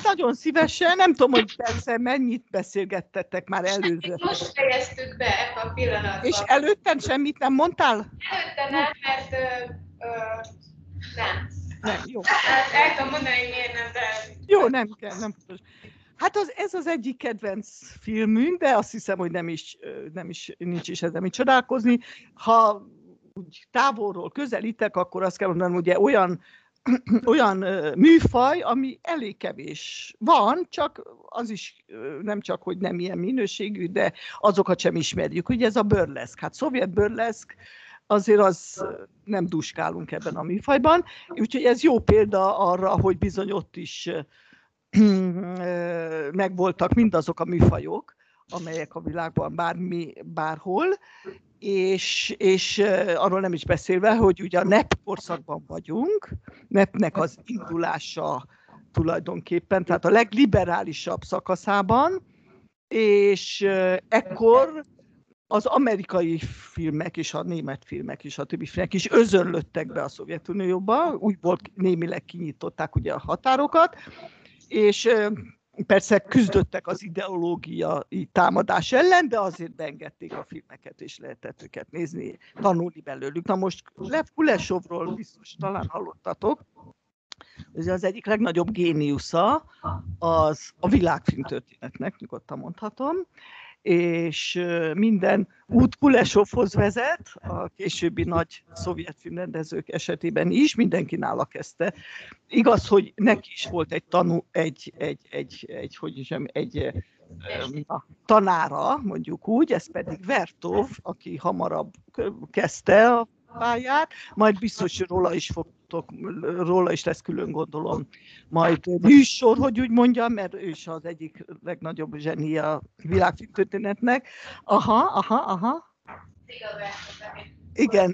nagyon szívesen, nem tudom, hogy persze mennyit beszélgettetek már előző. Most fejeztük be ebben a pillanatban. És előtten semmit nem mondtál? Előtte nem, mert nem. Nem, jó. Hát el tudom mondani, hogy miért nem, de... Jó, nem kell, nem fontos. Hát ez az egyik kedvenc filmünk, de azt hiszem, hogy nincs is ezzel mit csodálkozni. Ha úgy távolról közelítek, akkor azt kell mondanom, ugye olyan műfaj, ami elég kevés van, csak az is nem csak, hogy nem ilyen minőségű, de azokat sem ismerjük. Ugye ez a burleszk, hát szovjet burleszk, azért az nem duskálunk ebben a műfajban, úgyhogy ez jó példa arra, hogy bizony ott is megvoltak mindazok a műfajok, amelyek a világban bárhol, és arról nem is beszélve, hogy ugye a NEP korszakban vagyunk, NEP-nek az indulása tulajdonképpen, tehát a legliberálisabb szakaszában, és ekkor az amerikai filmek és a német filmek és a többi filmek is özönlöttek be a Szovjetunióba, úgy volt, némileg kinyitották ugye a határokat, és persze küzdöttek az ideológiai támadás ellen, de azért beengedték a filmeket, és lehetett őket nézni, tanulni belőlük. Na most Lev Kulesovról biztos talán hallottatok, ez az egyik legnagyobb géniusza az a világfilmtörténetnek, nyugodtan mondhatom, és minden út Kulesovhoz vezet, a későbbi nagy szovjet filmrendezők esetében is, mindenki nála kezdte. Igaz, hogy neki is volt egy tanára, mondjuk úgy, ez pedig Vertov, aki hamarabb kezdte a pályát, majd biztos róla is lesz külön, gondolom, majd műsor, hogy úgy mondjam, mert ő is az egyik legnagyobb zsenia a világfilmtörténetnek. Aha. Igen.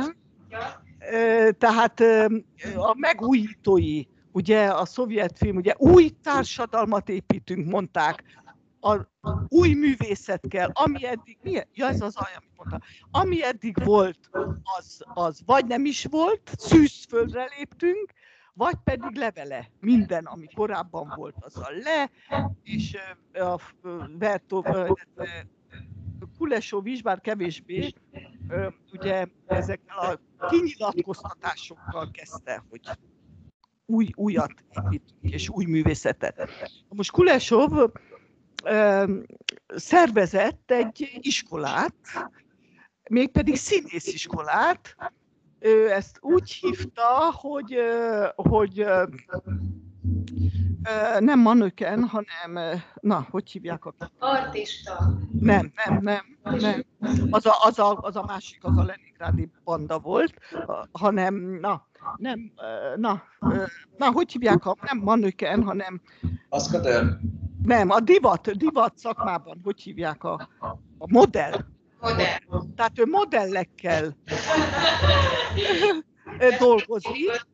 Tehát a megújítói, ugye a szovjet film, ugye új társadalmat építünk, mondták, a új művészet kell, ami eddig, ez az amit mondta, ami eddig volt, az vagy nem is volt, szűzföldre léptünk, vagy pedig levele. Minden, ami korábban volt, az a le, és a Vertov, Kulesov is, bár kevésbé, ugye ezekkel a kinyilatkoztatásokkal kezdte, hogy újat építünk, és új művészetet. Most Kulesov szervezett egy iskolát, mégpedig színésziskolát. Ő ezt úgy hívta, hogy nem manöken, hanem, hogy hívják? Artista. Nem. Az a másik, az a leningrádi banda volt, hanem, hogy hívják? Nem manöken, hanem... Maszkadőr? Nem, a divat szakmában, hogy hívják a modell. Tehát ő modellekkel dolgozik.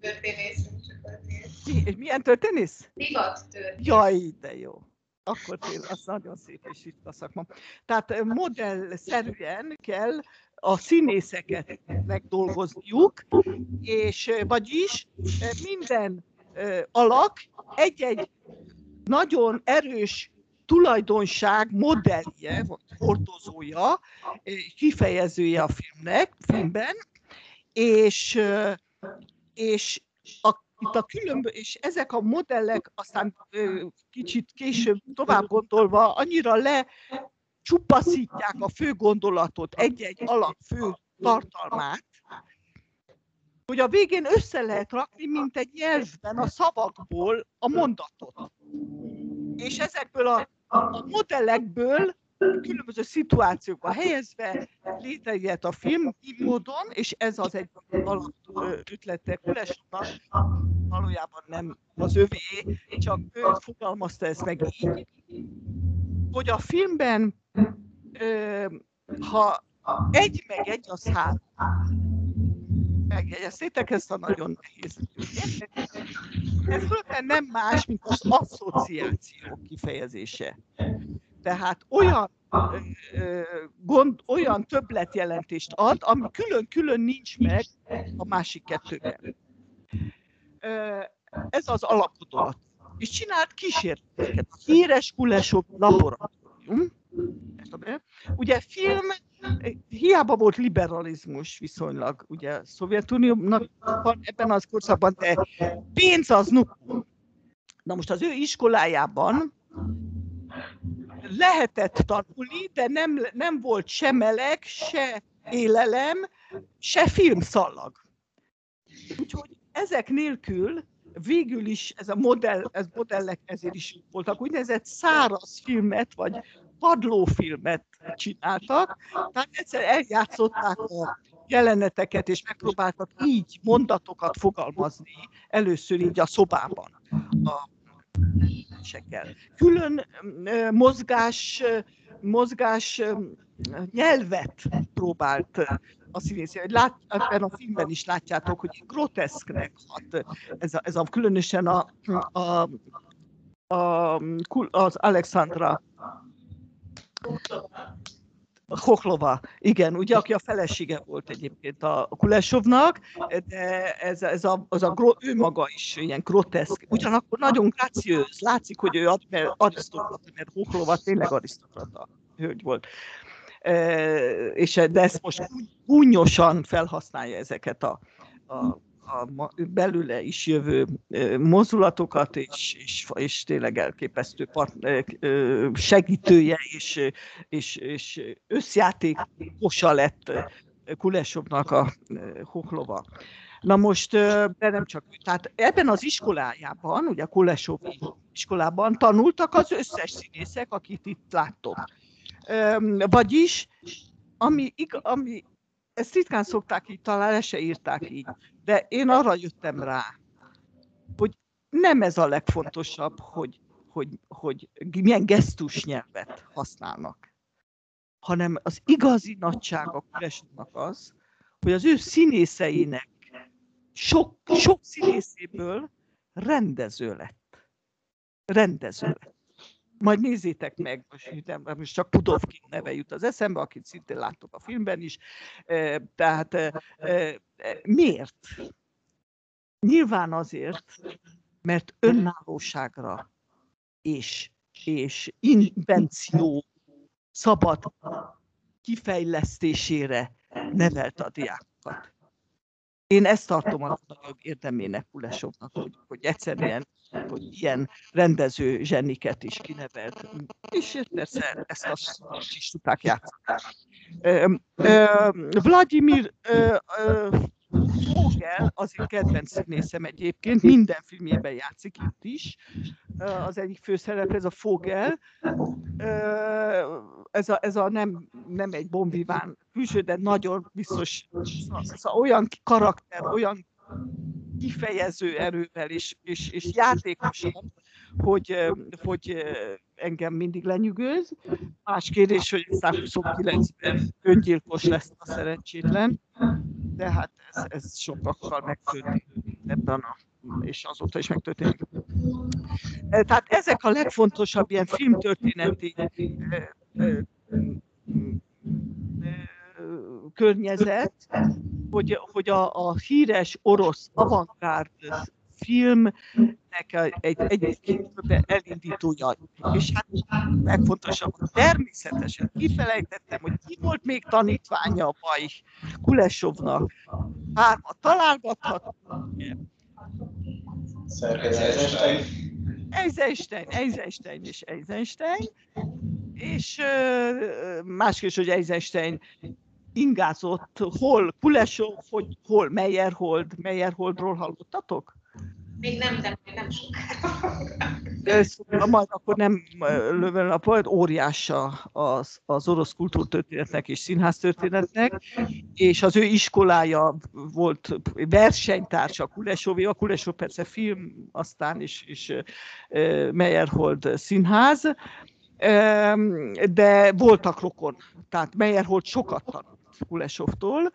És milyen történész? Divattörténész. Jaj, de jó. Akkor tényleg, az nagyon szép és ritka szakma. Tehát modellszerűen kell a színészeket megdolgozniuk, és vagyis minden alak egy-egy nagyon erős tulajdonság modellje, vagy hordozója, kifejezője a filmben, és ezek a modellek aztán kicsit később tovább gondolva annyira lecsupaszítják a fő gondolatot, egy-egy alak fő tartalmát, hogy a végén össze lehet rakni, mint egy nyelvben a szavakból a mondatot. És ezekből a modellekből különböző szituációkba helyezve létrejött a film így módon, és ez az egy alapötlete Kulesovnak, valójában nem az övé, csak ő fogalmazta ezt meg így, hogy a filmben, ha 1 + 1 az 3. Megjegyeztétek ezt a nagyon nehéz. Ez fölben nem más, mint az asszociáció kifejezése. Tehát olyan többletjelentést ad, ami külön-külön nincs meg a másik kettőben. Ez az alapgondolat. és csinált kísérleteket. A híres Kulesov laboratórium. Ugye film, hiába volt liberalizmus viszonylag, ugye Szovjetunióban ebben az korszakban, de pénz az nukkul. Na most az ő iskolájában lehetett tanulni, de nem volt se meleg, se élelem, se filmszallag. Úgyhogy ezek nélkül végül is ez modellek ezért is voltak, úgynevezett száraz filmet, vagy padlófilmet csináltak, tehát egyszer eljátszották a jeleneteket, és megpróbáltak így mondatokat fogalmazni, először így a szobában. Külön mozgás nyelvet próbált a színész. Ebben a filmben is látjátok, hogy groteszknek hat ez a különösen az Alexandra Khokhlova, igen, ugye, aki a felesége volt egyébként a Kulesovnak, de ő maga is ilyen groteszk, ugyanakkor nagyon graciös, látszik, hogy ő arisztokrata, mert Khokhlova tényleg arisztokrata hölgy volt. De ezt most gúnyosan felhasználja ezeket a belőle is jövő mozdulatokat, és tényleg elképesztő segítője és összjátékosa lett Kulesovnak a Khokhlova. Na most, de nem csak ő. Tehát ebben az iskolájában, ugye a Kulesovi iskolában tanultak az összes színészek, akit itt láttok. Vagyis, ami ezt ritkán szokták így talán, le se írták így, de én arra jöttem rá, hogy nem ez a legfontosabb, hogy milyen gesztusnyelvet használnak, hanem az igazi nagyság a Kulesovnak az, hogy az ő színészeinek sok színészéből rendező lett. Majd nézzétek meg, most csak Pudovkin neve jut az eszembe, akit szintén láttok a filmben is. Tehát miért? Nyilván azért, mert önállóságra és invenció szabad kifejlesztésére nevelte a diákokat. Én ezt tartom a nagyobb érdemének Kulesovnak, hogy egyszerűen hogy ilyen rendező zseniket is kinevelt, és persze ezt is tudták játszani. Vladimir Fogel, az én kedvenc színészem egyébként, minden filmjében játszik itt is. Az egyik főszereplő, ez a Fogel. Ez a nem egy bonviván külső, de nagyon biztos, olyan karakter, olyan kifejező erővel és játékosan, hogy engem mindig lenyűgöz. Más kérdés, hogy 29-ben öngyilkos lesz a szerencsétlen, de hát ez sokakkal megtörtént ebben és azóta is megtörténik. Tehát ezek a legfontosabb ilyen filmtörténeti környezet, hogy a híres orosz avantgárd filmnek egy elindítója. És hát legfontosabb, természetesen kifelejtettem, hogy ki volt még tanítványa a Baj Kulesovnak. Hármat találgathat. Eisenstein és Eisenstein. És másképp, hogy Eisenstein ingázott, hol Kulesov, hol Meyerholdról hallottatok? Még nem, de nem sokára. Majd akkor nem lövöl a poet, óriása az orosz kultúrtörténetnek és színháztörténetnek, és az ő iskolája volt versenytársa Kulesovi, a Kulesov persze film, aztán is Meyerhold színház, de voltak rokon, tehát Meyerhold sokat tanult Kulesovtól,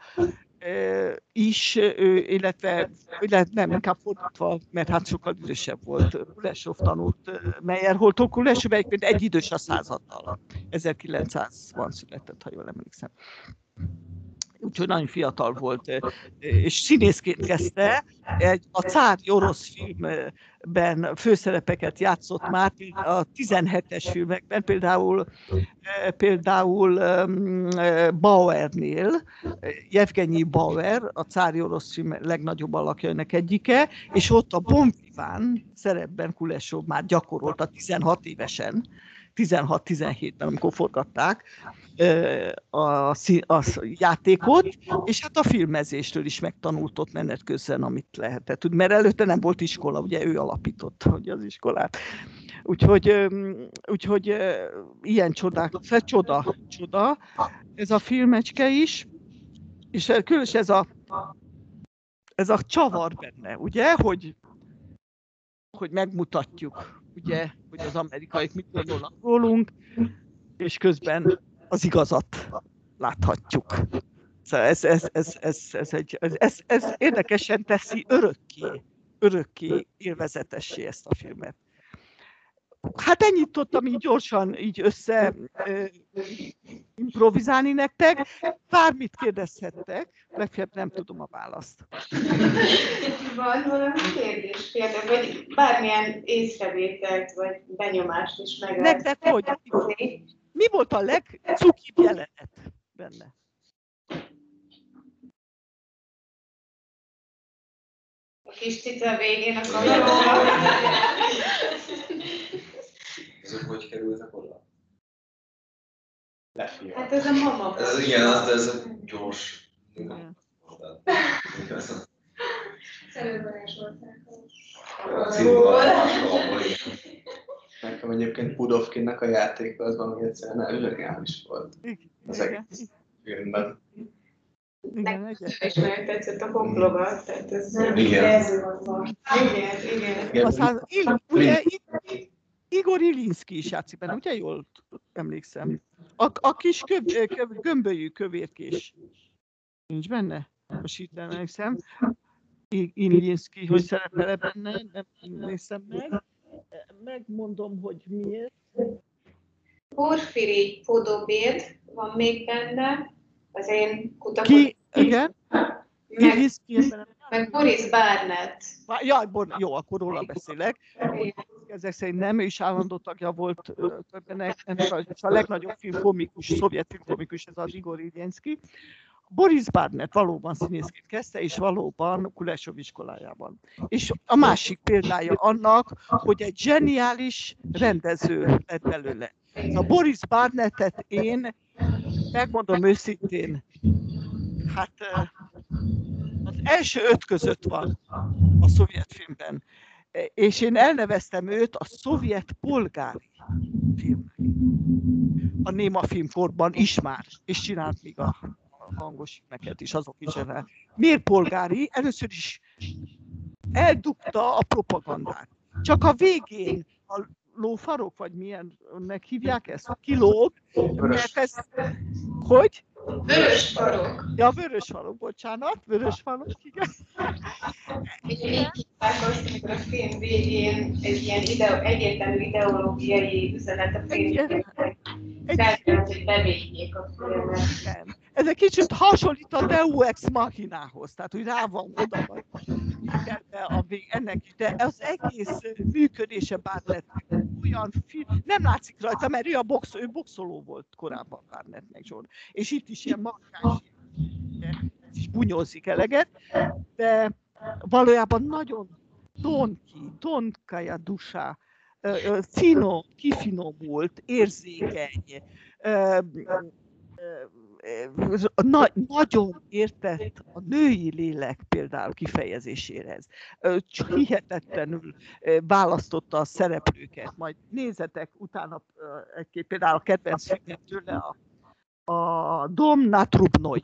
illetve nem, inkább fordítva, mert hát sokkal idősebb volt. Kulesov tanult Meyerholdtól. Kulesov egyébként egyidős a századdal. 1900-ban született, ha jól emlékszem. úgyhogy nagyon fiatal volt, és színészként kezdte. A cári orosz filmben főszerepeket játszott már, a 17-es filmekben, például Bauernél, Jevgenyi Bauer, a cári orosz film legnagyobb alakjainak egyike, és ott a Bon Vivant szerepben Kuleshov már gyakorolta 16 évesen, 16-17-ben, amikor forgatták a játékot, és hát a filmezéstől is megtanult ott menet közben, amit lehetett. Mert előtte nem volt iskola, ugye ő alapította az iskolát. Úgyhogy ilyen csodák, csoda ez a filmecske is, és különösen ez a csavar benne, ugye, hogy megmutatjuk, ugye, hogy az amerikaiak mit gondolnak rólunk, és közben az igazat láthatjuk. Szóval ez érdekesen teszi örökké élvezetessé ezt a filmet. Hát ennyit tudtam így gyorsan így össze improvizálni nektek. Bármit kérdezhettek, legfeljebb nem tudom a választ. Van valami kérdés, például, vagy bármilyen észrevételt, vagy benyomást is meg lehet. Nektek hogy? Mi volt a legcukibb jelenet benne? A kis cica végén a kamerával. Ezek hogy kerültek oda? Lefia. Hát ez a mama. Igen, ez a gyors. Előzően volták. Nekem egyébként Pudovkinnak a játéka az valami egyszerűen zseniális volt. Az egész filmben. Igen, És nagyon tetszett a komplogat, tehát ez Igen. Igen. Aztán ugye Igor Ilinszky is játszik benne, ugye jól emlékszem. A kis gömbölyű kövérkés. Nincs benne? Most itt emlékszem. Ilinszky, hogy szerepel benne, nem nézem meg. Megmondom, hogy miért. Porfiri Podobéd van még benne, az én kutakodom. Igen? Meg Boris Barnett. Jaj, jó, akkor róla beszélek. Ezek szerint nem, ő is állandó tagja volt ennek a legnagyobb filmkomikus, szovjet filmkomikus, ez az Igor Ilyenszky. Boris Barnett valóban színészként kezdte, és valóban Kuleshov iskolájában. És a másik példája annak, hogy egy zseniális rendező lett belőle. A Boris Barnettet én, megmondom őszintén, hát az első 5 között van a szovjet filmben. És én elneveztem őt a szovjet polgári filmnek. A Néma filmkorban is már, és csinált még a hangos filmeket is, azok is. Miért polgári? Először is eldugta a propagandát. Csak a végén a lófarok, vagy milyennek hívják ezt? Kilóg, mert ez... Hogy? Vörös farok. Ja, vörös farok, bocsánat, vörös farok, igen. Így hívták azt, amikor a film végén egy ilyen egyértelmű ideológiai üzenet a filmben. Tehát, hogy bevédjék a filmet. Ez egy kicsit hasonlít a Deus Ex Machinához, tehát hogy rá van oda vagy ennek is, de az egész működése Barnett olyan film, nem látszik rajta, mert ő boxoló volt korábban Barnettnek John, és itt is ilyen markáns, és bunyózik eleget, de valójában nagyon tonkaja dusá, kifinomult, érzékeny, nagyon értett a női lélek például kifejezéséhez. Hihetetlenül választotta a szereplőket. Majd nézzetek utána egy-két, például a kedvenc filmet tőle, a Dom na Trubnoi.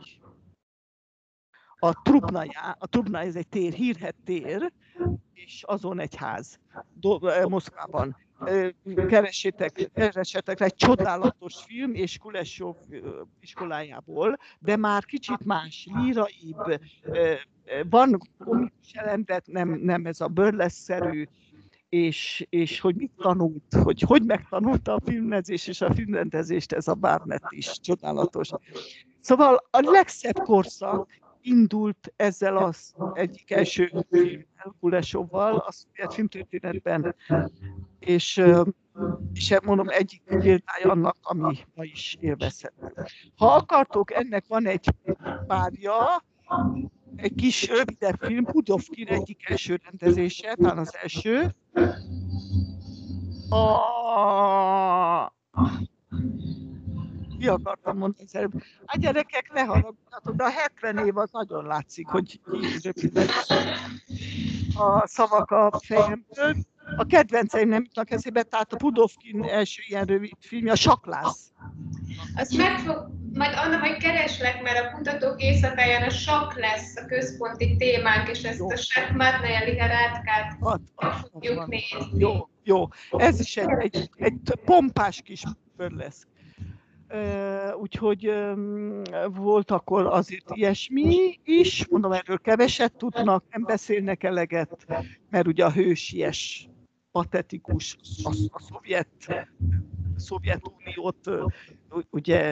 A Trubna ez egy tér, hírhedt tér, és azon egy ház Moszkvában. Keressetek rá, egy csodálatos film, és Kuleshov iskolájából, de már kicsit más, líraibb, van komikus elem, de nem ez a burlesque-szerű, és hogy mit tanult, hogy megtanulta a filmezést és a filmrendezést, ez a Barnett is csodálatos. Szóval a legszebb korszak indult ezzel az egyik első filmmel, Kuleshovval, a szovjet filmtörténetben, és mondom, egyik példája annak, ami ma is élvezhető. Ha akartok, ennek van egy párja, egy kis rövidebb film, Pudovkin egyik első rendezése, talán az első. Mi akartam mondani előbb? A gyerekek, ne haragudjatok, de a 70 év az nagyon látszik, hogy rövidben a szavak a fejemből. A kedvenceim nem jutnak eszébe, tehát a Pudovkin első ilyen rövid filmje, a Saklász. Azt majd Anna, majd kereslek, mert a Kutatók éjszakáján a sakk lesz a központi témánk, és ezt a Sakmatnaja literátkát fogjuk nézni. Jó. Ez is egy pompás kis burleszk. Úgyhogy volt akkor azért ilyesmi is, mondom, erről keveset tudnak, nem beszélnek eleget, mert ugye a hősies, patetikus, a Szovjetuniót ugye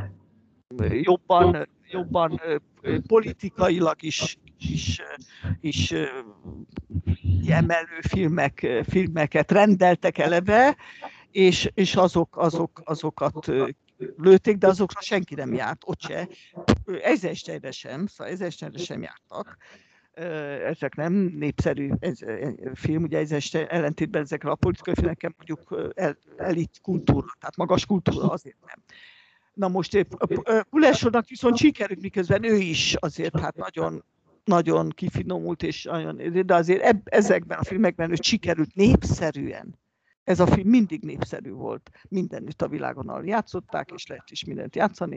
jobban politikailag is emelő filmeket rendeltek eleve, és azokat lőtték, de azokra senki nem járt, ott se. Ezerstejre sem jártak. Ezek nem népszerű film, ugye Ezerstein ellentétben ezekre a politikai filmekkel mondjuk elit kultúra, tehát magas kultúra, azért nem. Na most Kuleshovnak viszont sikerült, miközben ő is azért hát nagyon kifinomult, és de azért ezekben a filmekben ő sikerült népszerűen. Ez a film mindig népszerű volt, mindenütt a világon, ahol játszották, és lehet is mindent játszani.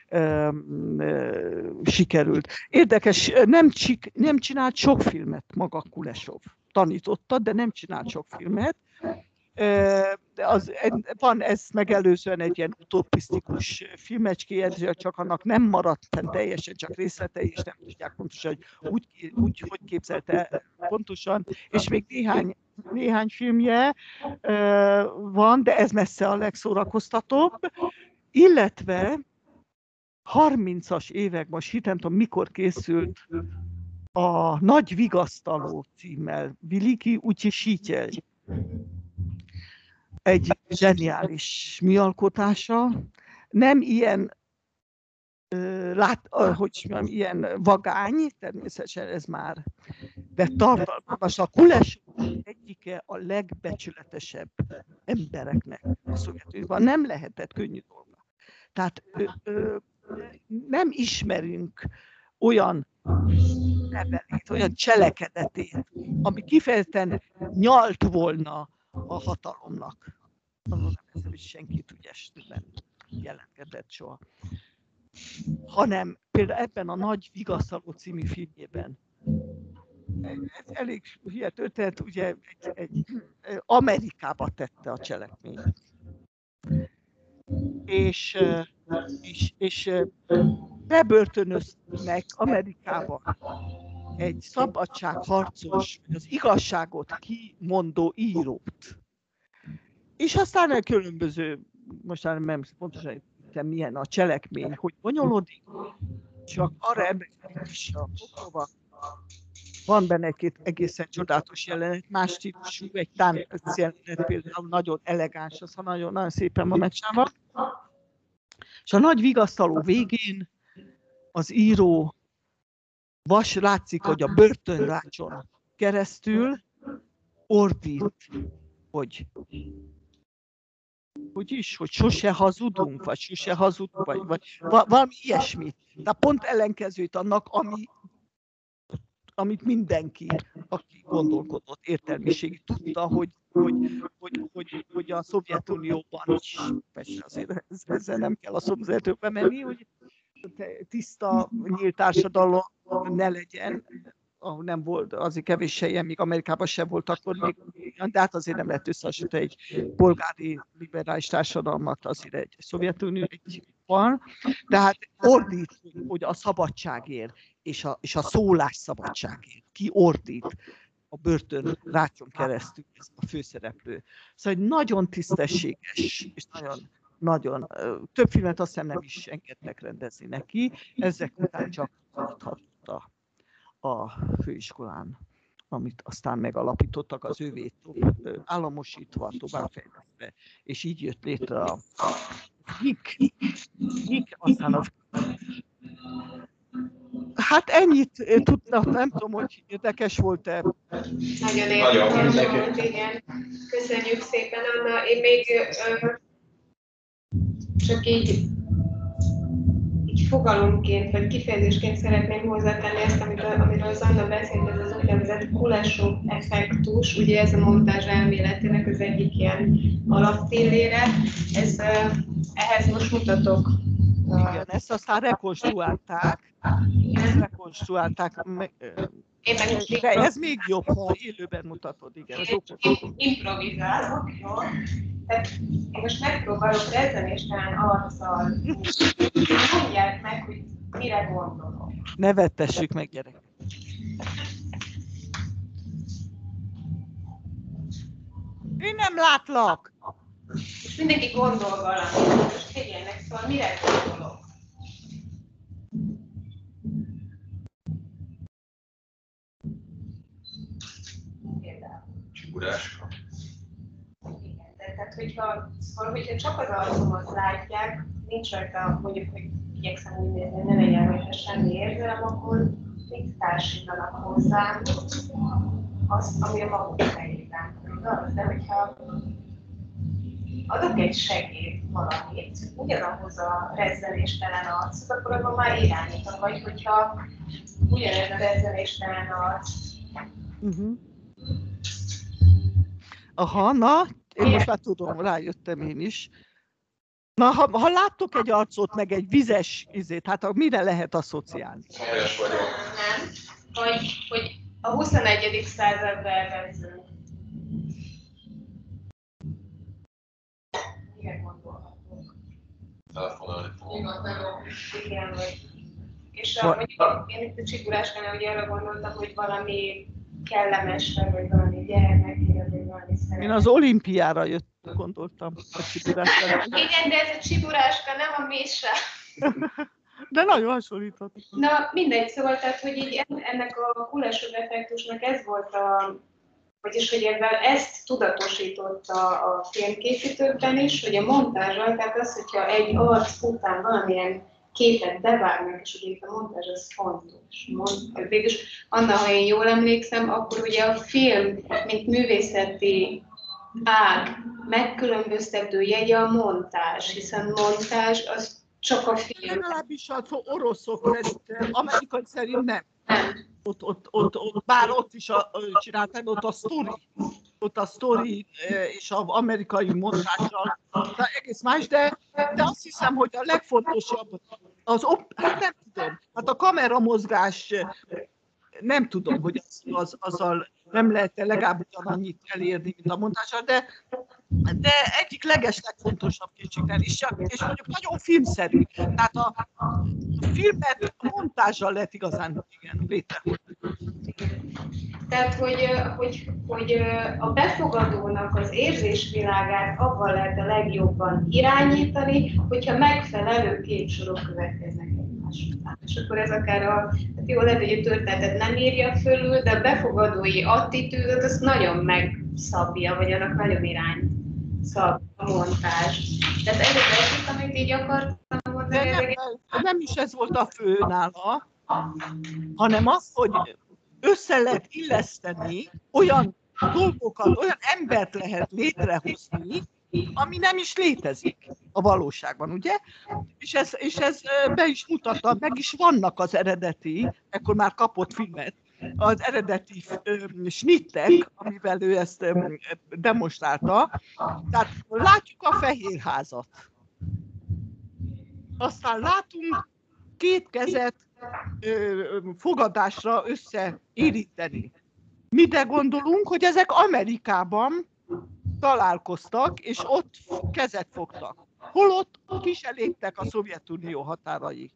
Sikerült. Érdekes, nem csinált sok filmet maga Kuleshov. Tanította, de nem csinált sok filmet. Van ez megelőzően egy ilyen utopisztikus filmecskéje, csak annak nem maradt fenn teljesen, csak részletei, és nem tudják pontosan, hogy hogy képzelte pontosan, és még néhány filmje van, de ez messze a legszórakoztatóbb, illetve 30-as évek, most nem tudom mikor készült, a Nagy vigasztaló címmel, Veliki Uteshitelj. Egy zseniális műalkotása, nem ilyen, ilyen vagány, természetesen ez már, de tartalmas. A Kuleshov egyike a legbecsületesebb embereknek a Szovjetunióban. Nem lehetett könnyű dolga. Tehát nem ismerünk olyan nevelét, olyan cselekedetét, ami kifejezetten nyalt volna a hatalomnak. Nem hiszem, hogy senkit nem jelentkezett soha. Hanem például ebben a Nagy vigasztaló című filmjében, ez elég hülye történet, ugye Amerikába tette a cselekményt. És bebörtönöznek Amerikában egy szabadságharcos, az igazságot kimondó írót. És aztán a különböző, most nem pontosan milyen a cselekmény, hogy bonyolódik, csak arra emlékszem is a pokolva. Van benne egy-két egészen csodálatos jelenet, más stílusú, egy tánc jelenet például nagyon elegáns, az nagyon, nagyon szépen van megcsinálva. És a Nagy vigasztaló végén az író látszik, hogy a börtönrácson keresztül ordít, hogy sose hazudunk, vagy sose hazudunk, vagy valami ilyesmit. De pont ellenkezőt annak, amit mindenki, aki gondolkodott, értelmiségi tudta, hogy a Szovjetunióban is, persze azért ezzel nem kell a Szovjetunióba menni, hogy tiszta, nyílt társadalom ne legyen, ahol nem volt, azért kevés helyen, még Amerikában sem volt akkor még, de hát azért nem lehet összehasonlítani egy polgári liberális társadalmat, azért egy Szovjetunió van. Tehát ordít, hogy a szabadságért és a szólásszabadságért ki ordít a börtön rácson keresztül ez a főszereplő. Szóval egy nagyon tisztességes és nagyon nagyon. Több filmet azt hiszem nem is engedtek rendezni neki, ezek után csak taníthatta a főiskolán, amit aztán megalapítottak az ővét államosítva, továbbfejlesztve, és így jött létre a GIK, aztán a... Hát ennyit tudtam, nem tudom, hogy érdekes volt-e. Nagyon érdekes volt, igen. Köszönjük szépen, Anna. Én még csak így fogalomként, vagy kifejezésként szeretném hozzátenni ezt, amiről az Anna beszélt, ez az úgynevezett Kuleshov effektus, ugye ez a montázs elméletének az egyik ilyen alappillére. Ehhez most mutatok. Igen, ezt aztán rekonstruálták. De ez még jobb, ha élőben mutatod, igen. Én improvizálok, jó? Tehát én most megpróbálok rezzenéstelen arccal. Mondják meg, hogy mire gondolok. Ne vettessük meg, gyerek. Én nem látlak. És mindenki gondol valamit. Most figyeljenek, szóval mire gondolok? Csiburáska. Igen, tehát hogyha csak az arcomat látják, nincs rajta, mondjuk, hogy igyekszem úgy nézni, ne legyen rajta semmi érzelem, akkor mit társítanak hozzám azt, ami a maguk fejében. De hogyha adok egy segélyt valamit, ugyanahhoz a rezzenéstelen arcot, akkor abban már irányítom, vagy hogyha ugyanez a rezzenéstelen arc. Aha, na, én most már tudom, rájöttem én is. Na, ha láttok egy arcot, meg egy vizes izét, hát mire lehet asszociálni? Helyes vagyok. Nem, hogy a 21. századba elvezzünk. Igen, gondolhatunk. Telefonálni fogok. Igen, vagy. És mondjuk én itt a Csiguráskánál ugye arra gondoltam, hogy valami kellemes, vagy valami gyermekére, vagy valami szeretet. Én az olimpiára gondoltam, a Csiburáskánál. Igen, de ez a Csiburáska, nem a Misra. De nagyon hasonlított. Na, mindegy, szóval, tehát, hogy így ennek a Kuleshov effektusnak ez volt vagyis, hogy ebben ezt tudatosította a filmkészítőkben is, hogy a montázsal, tehát az, hogyha egy arc után valamilyen képet bevágnak, és ugye itt a montázs az fontos. Végülis, Anna, ha én jól emlékszem, akkor ugye a film, mint művészeti ág megkülönböztető jegye a montázs, hiszen montázs az csak a film. Legalábbis az oroszok, amerikai szerint nem. Nem. Bár ott is csinálták, ott a sztori és az amerikai mondással egész más, de azt hiszem, hogy a legfontosabb hát nem tudom, hát a kameramozgás nem tudom, hogy azzal nem lehet legalább ugyanannyit elérni, mint a mondással, de egyik legfontosabb kétségtelen, és mondjuk nagyon filmszerű. Tehát a filmet a montázsal lehet igazán létrehozni. Tehát, hogy a befogadónak az érzésvilágát abban lehet a legjobban irányítani, hogyha megfelelő képsorok következnek egymás után. És akkor ez akár hát jó, lehet, hogy a történetet nem írja fölül, de a befogadói attitűdöt azt nagyon megszabja, vagy annak nagyon irányt szab a montázs. Tehát ez az egyik, amit így akartam mondani. Nem is ez volt a fő nála, hanem az, hogy össze lehet illeszteni olyan dolgokat, olyan embert lehet létrehozni, ami nem is létezik a valóságban, ugye? És ez be is mutatta, meg is vannak az eredeti, ekkor már kapott filmet, az eredeti snittek, amivel ő ezt demonstrálta. Tehát látjuk a Fehérházat. Aztán látunk két kezet fogadásra összeéríteni. Mire gondolunk, hogy ezek Amerikában találkoztak, és ott kezet fogtak. Holott kiselégtek a Szovjetunió határaiból.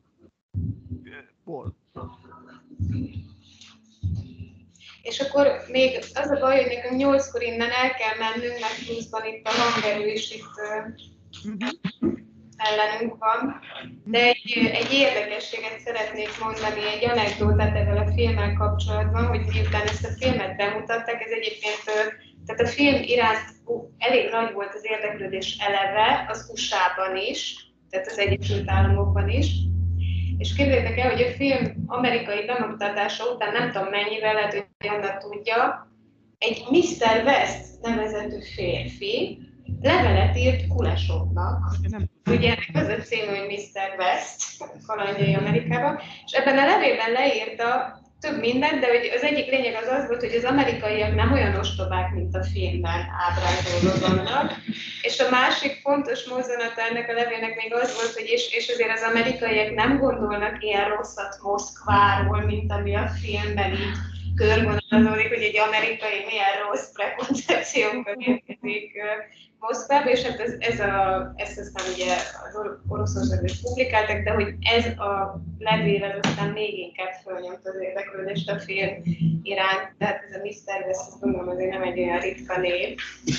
És akkor még az a baj, hogy nekünk 8-kor innen el kell mennünk, mert pluszban itt a hangerő is itt ellenünk van. De egy érdekességet szeretnék mondani, egy anekdótát ezzel a filmmel kapcsolatban, hogy miután ezt a filmet bemutatták, ez egyébként, tehát a film iránt elég nagy volt az érdeklődés eleve, az USA-ban is, tehát az Egyesült Államokban is. És képzeljétek el, hogy a film amerikai bemutatása után nem tudom mennyivel, lehet, hogy Anna tudja, egy Mr. West nevezetű férfi levelet írt Kulesovnak. Ugye ennek az a cím, hogy Mr. West, kalandjai Amerikában, és ebben a levélben leírta több mindent, de hogy az egyik lényeg az volt, hogy az amerikaiak nem olyan ostobák, mint a filmben ábrázolva vannak. És a másik fontos mozzanata ennek a levélnek még az volt, hogy és azért az amerikaiak nem gondolnak ilyen rosszat Moszkváról, mint ami a filmben így körvonalazódik, hogy egy amerikai milyen rossz prekoncepciókkal érkezik Moszkvába, és hát ezt aztán ugye az Oroszországban is publikáltak, de hogy ez a levél az aztán még inkább fölnyomta az érdeklődést a film iránt, tehát ez a Mr. West, azt gondolom azért nem egy olyan ritka név.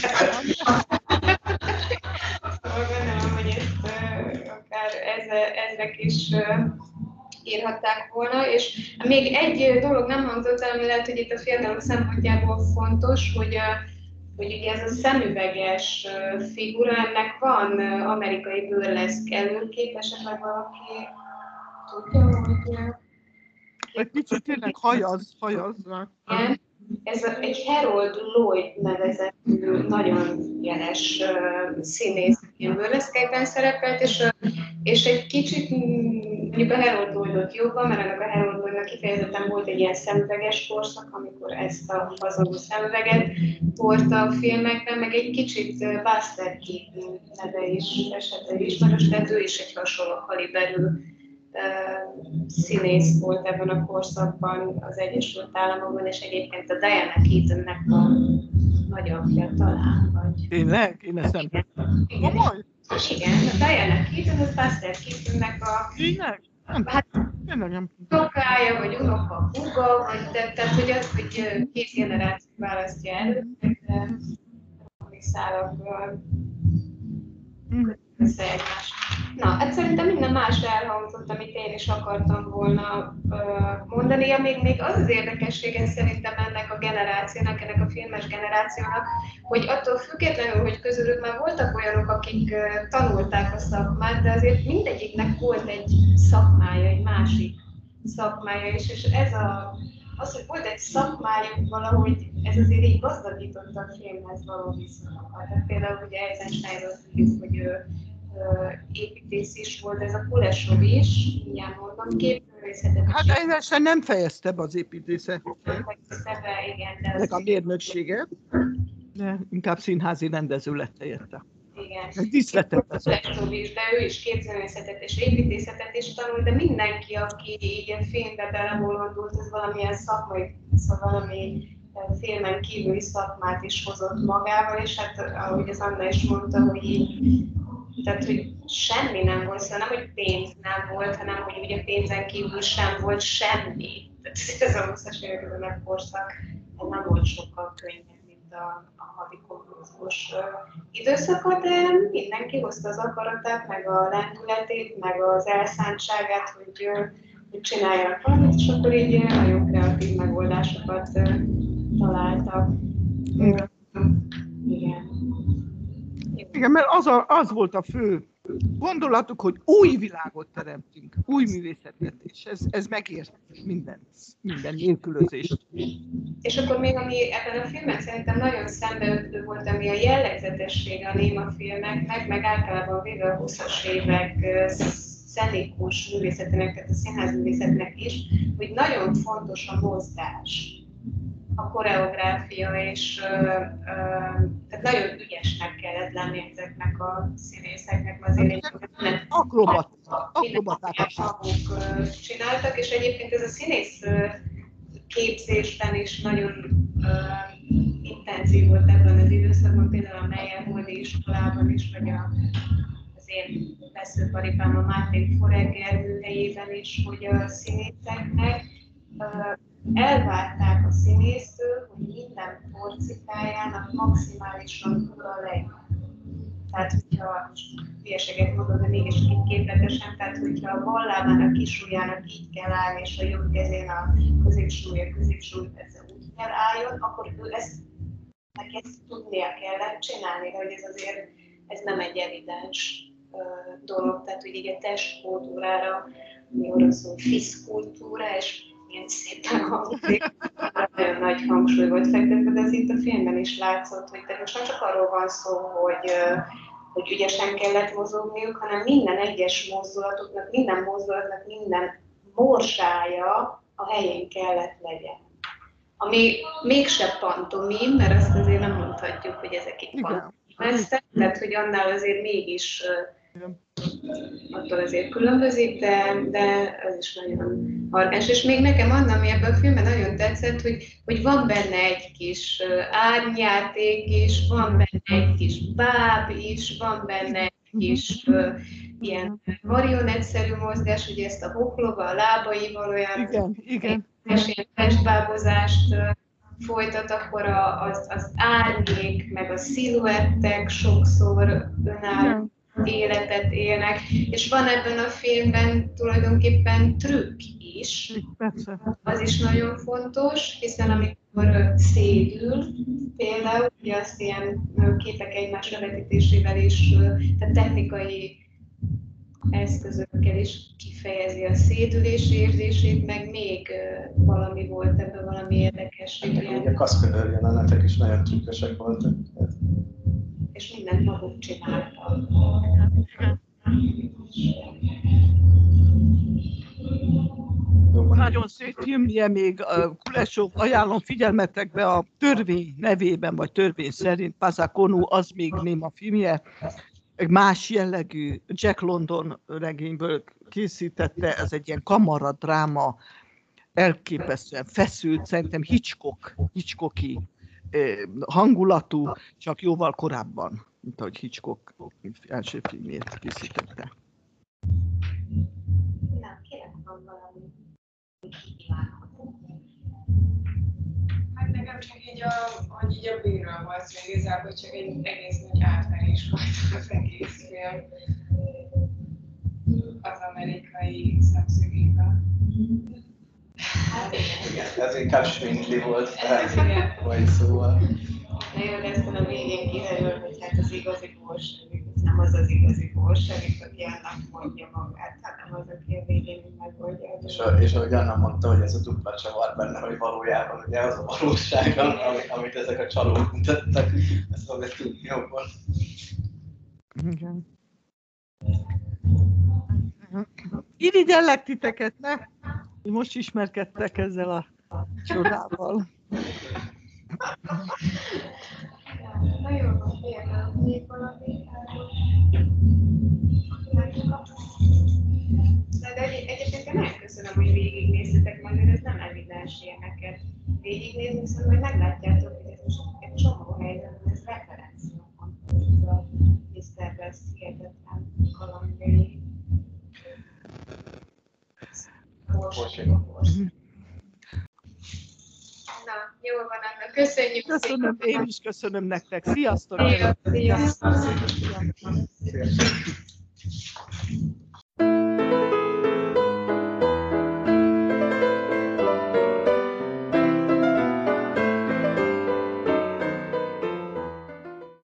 Szóval gondolom, hogy ezt akár ezrek is írhatták volna, és még egy dolog nem hangzott el, ami lehet, hogy itt a fiatalok szempontjából fontos, hogy ugye ez a szemüveges figura, ennek van amerikai burleszk előkép, esetleg valaki tudja, hogy... Egy picit tényleg hajazza. Igen. Ez egy Harold Lloyd nevezetű, nagyon jeles színész ilyen burleszkekben szerepelt, és egy kicsit mondjuk a Harold Lloydot jobban, mert ennek a Harold Lloydnak kifejezetten volt egy ilyen szemüveges korszak, amikor ezt a fazonú szemüveget hordta a filmekben, meg egy kicsit Buster Keaton neve is esetleg ismerős, tehát ő is egy hasonló kaliberű színész volt ebben a korszakban az Egyesült Államokban, és egyébként a Diana Keatonnek a nagyapja talán, vagy... Tényleg? Én ezt nem... Igen, a Diana Keaton, az Buster Keatonnek a... Tényleg? Hát, unokája, vagy unoka húga, vagy tehát, hogy az, hogy két generáció választja elő, a szálakból össze egymást. Na, hát szerintem minden más elhangzott, amit én is akartam volna mondani. Még az érdekessége szerintem ennek a generációnak, ennek a filmes generációnak, hogy attól függetlenül, hogy közülük már voltak olyanok, akik tanulták a szakmát, de azért mindegyiknek volt egy szakmája, egy másik szakmája is, és az, hogy volt egy szakmájuk valahogy, ez azért így gazdagította a filmhez való viszonyokat. Tehát például ugye Eisensteinról tudjuk, hogy ő építész is volt, ez a Kulesov is, ilyen mondom, képzőművészetet. Hát Eisenstein nem fejezte be az építészetet. Nem fejezte be, igen. De a mérnökséget, de inkább színházi rendező lett helyette. Igen. Díszletet tesz. Kulesov is, de ő is képzőművészetet és építészetet is tanult, de mindenki, aki így a filmbe belebolondult, az valamilyen szakmai, szóval valami filmen kívüli szakmát is hozott magával, és hát ahogy az Anna is mondta, hogy így, tehát, hogy semmi nem volt, szóval nem, hogy pénz nem volt, hanem, hogy ugye pénzen kívül sem volt semmi. Tehát ez a 20-as években korszak, ez nem volt sokkal könnyebb, mint a hadikonfliktus időszaka, de mindenki hozta az akaratát, meg a lendületét, meg az elszántságát, hogy csináljanak valamit, és akkor így nagyon kreatív megoldásokat találtak. Igen. Igen, mert az volt a fő gondolatuk, hogy új világot teremtünk, új művészetet, és ez megért minden nélkülözést. És akkor még ami ebben a filmben szerintem nagyon szembeötlő volt, ami a jellegzetessége a némafilmeknek, meg általában véve a 20-as évek szcenikus művészetének, tehát a színházművészetnek is, hogy nagyon fontos a mozgás, a koreográfia, és tehát nagyon ügyesnek kellett lenni ezeknek a színészeknek, azért akrobatákat maguk csináltak, és egyébként ez a színész képzésben is nagyon intenzív volt ebben az időszakban, például a Meyerholdi iskolában is, vagy az én veszőparipám a Máté Foregger műhelyében is, hogy a színészeknek elvárták a színésztől, hogy minden porcikájának maximálisan ura legyen. Tehát, hogyha hülyeséget mondod, de mégis így képletesen, tehát, hogyha a bal lábának, kisujjának így kell állni, és a jobb kezén a középsúly persze úgy kell álljon, akkor ő neki ezt tudnia kellett csinálni, de hogy ez azért ez nem egy evidens dolog, tehát hogy így a testkultúrára, mi oroszul fiszkultúra, és ilyen szépen hangzik, nagyon nagy hangsúly volt fektetve, de ez itt a filmben is látszott, hogy most nem csak arról van szó, hogy ügyesen kellett mozogniuk, hanem minden egyes mozdulatoknak, minden mozdulatnak, minden morsája a helyén kellett legyen. Ami mégse pantomim, mert azt azért nem mondhatjuk, hogy ezek itt pantomimeztek, tehát hogy annál azért mégis attól azért különbözik, de az is nagyon markáns. És még nekem Anna, ami ebben a filmben nagyon tetszett, hogy van benne egy kis árnyjáték is, van benne egy kis báb is, van benne egy kis ilyen marionettszerű mozgás, hogy ezt a hoklóba, a lábaival olyan és ilyen testbábozást folytat, akkor az árnyék, meg a sziluettek sokszor önálló életet élnek, és van ebben a filmben tulajdonképpen trükk is. Persze. Az is nagyon fontos, hiszen amikor szédül, például, ugye azt ilyen képek egymásra vetítésével is, tehát technikai eszközökkel is kifejezi a szédülés érzését, meg még valami volt ebben, valami érdekes. Ugye a kaszkadőr jelenetek is nagyon trükkösek voltak. És mindent maguk csináltak. Nagyon szép filmje még Kuleshov, ajánlom figyelmetekbe a Törvény nevében, vagy törvény szerint, Pasakonu, az még néma filmje, egy más jellegű Jack London regényből készítette, ez egy ilyen kamaradráma, elképesztően feszült, szerintem Hitchcocki hangulatú, csak jóval korábban, mint ahogy Hitchcock első filmjét készítette. Nem, kérem, van valami kívánható. Hát nekem csak így hogy így a bűnről volt szó, igazából csak egy egész nagy átverés volt az egész film az amerikai szemszögében. Ez inkább svindli volt, vagy szóval. Na jó, de aztán a végén kiderül, hogy hát az igazi bolsevik, nem az az igazi bolsevik, aki annak mondja magát, hanem az, aki a végén megoldja. És ahogy Anna mondta, hogy ez a dupla csavar benne, hogy valójában ugye az a valóság, amit ezek a csalók mutattak, ezt azért tudni jobban. Igen. Irigyellek titeket, ne? Most ismerkedtek ezzel a csodával. Na jó, például még valami de egyébként én nagyon köszönöm, hogy végignéztetek, mert ez nem evidens ilyeneket végignézni, szóval majd meglátjátok, hogy ez most egy csomó helyzetben, ez referenciákon. Ez a Mr. West hihetetlen kalandjai. Na, jó van, Anna, köszönjük Köszönöm, szépen. én is köszönöm nektek. Sziasztok! Sziasztok! Sziasztok!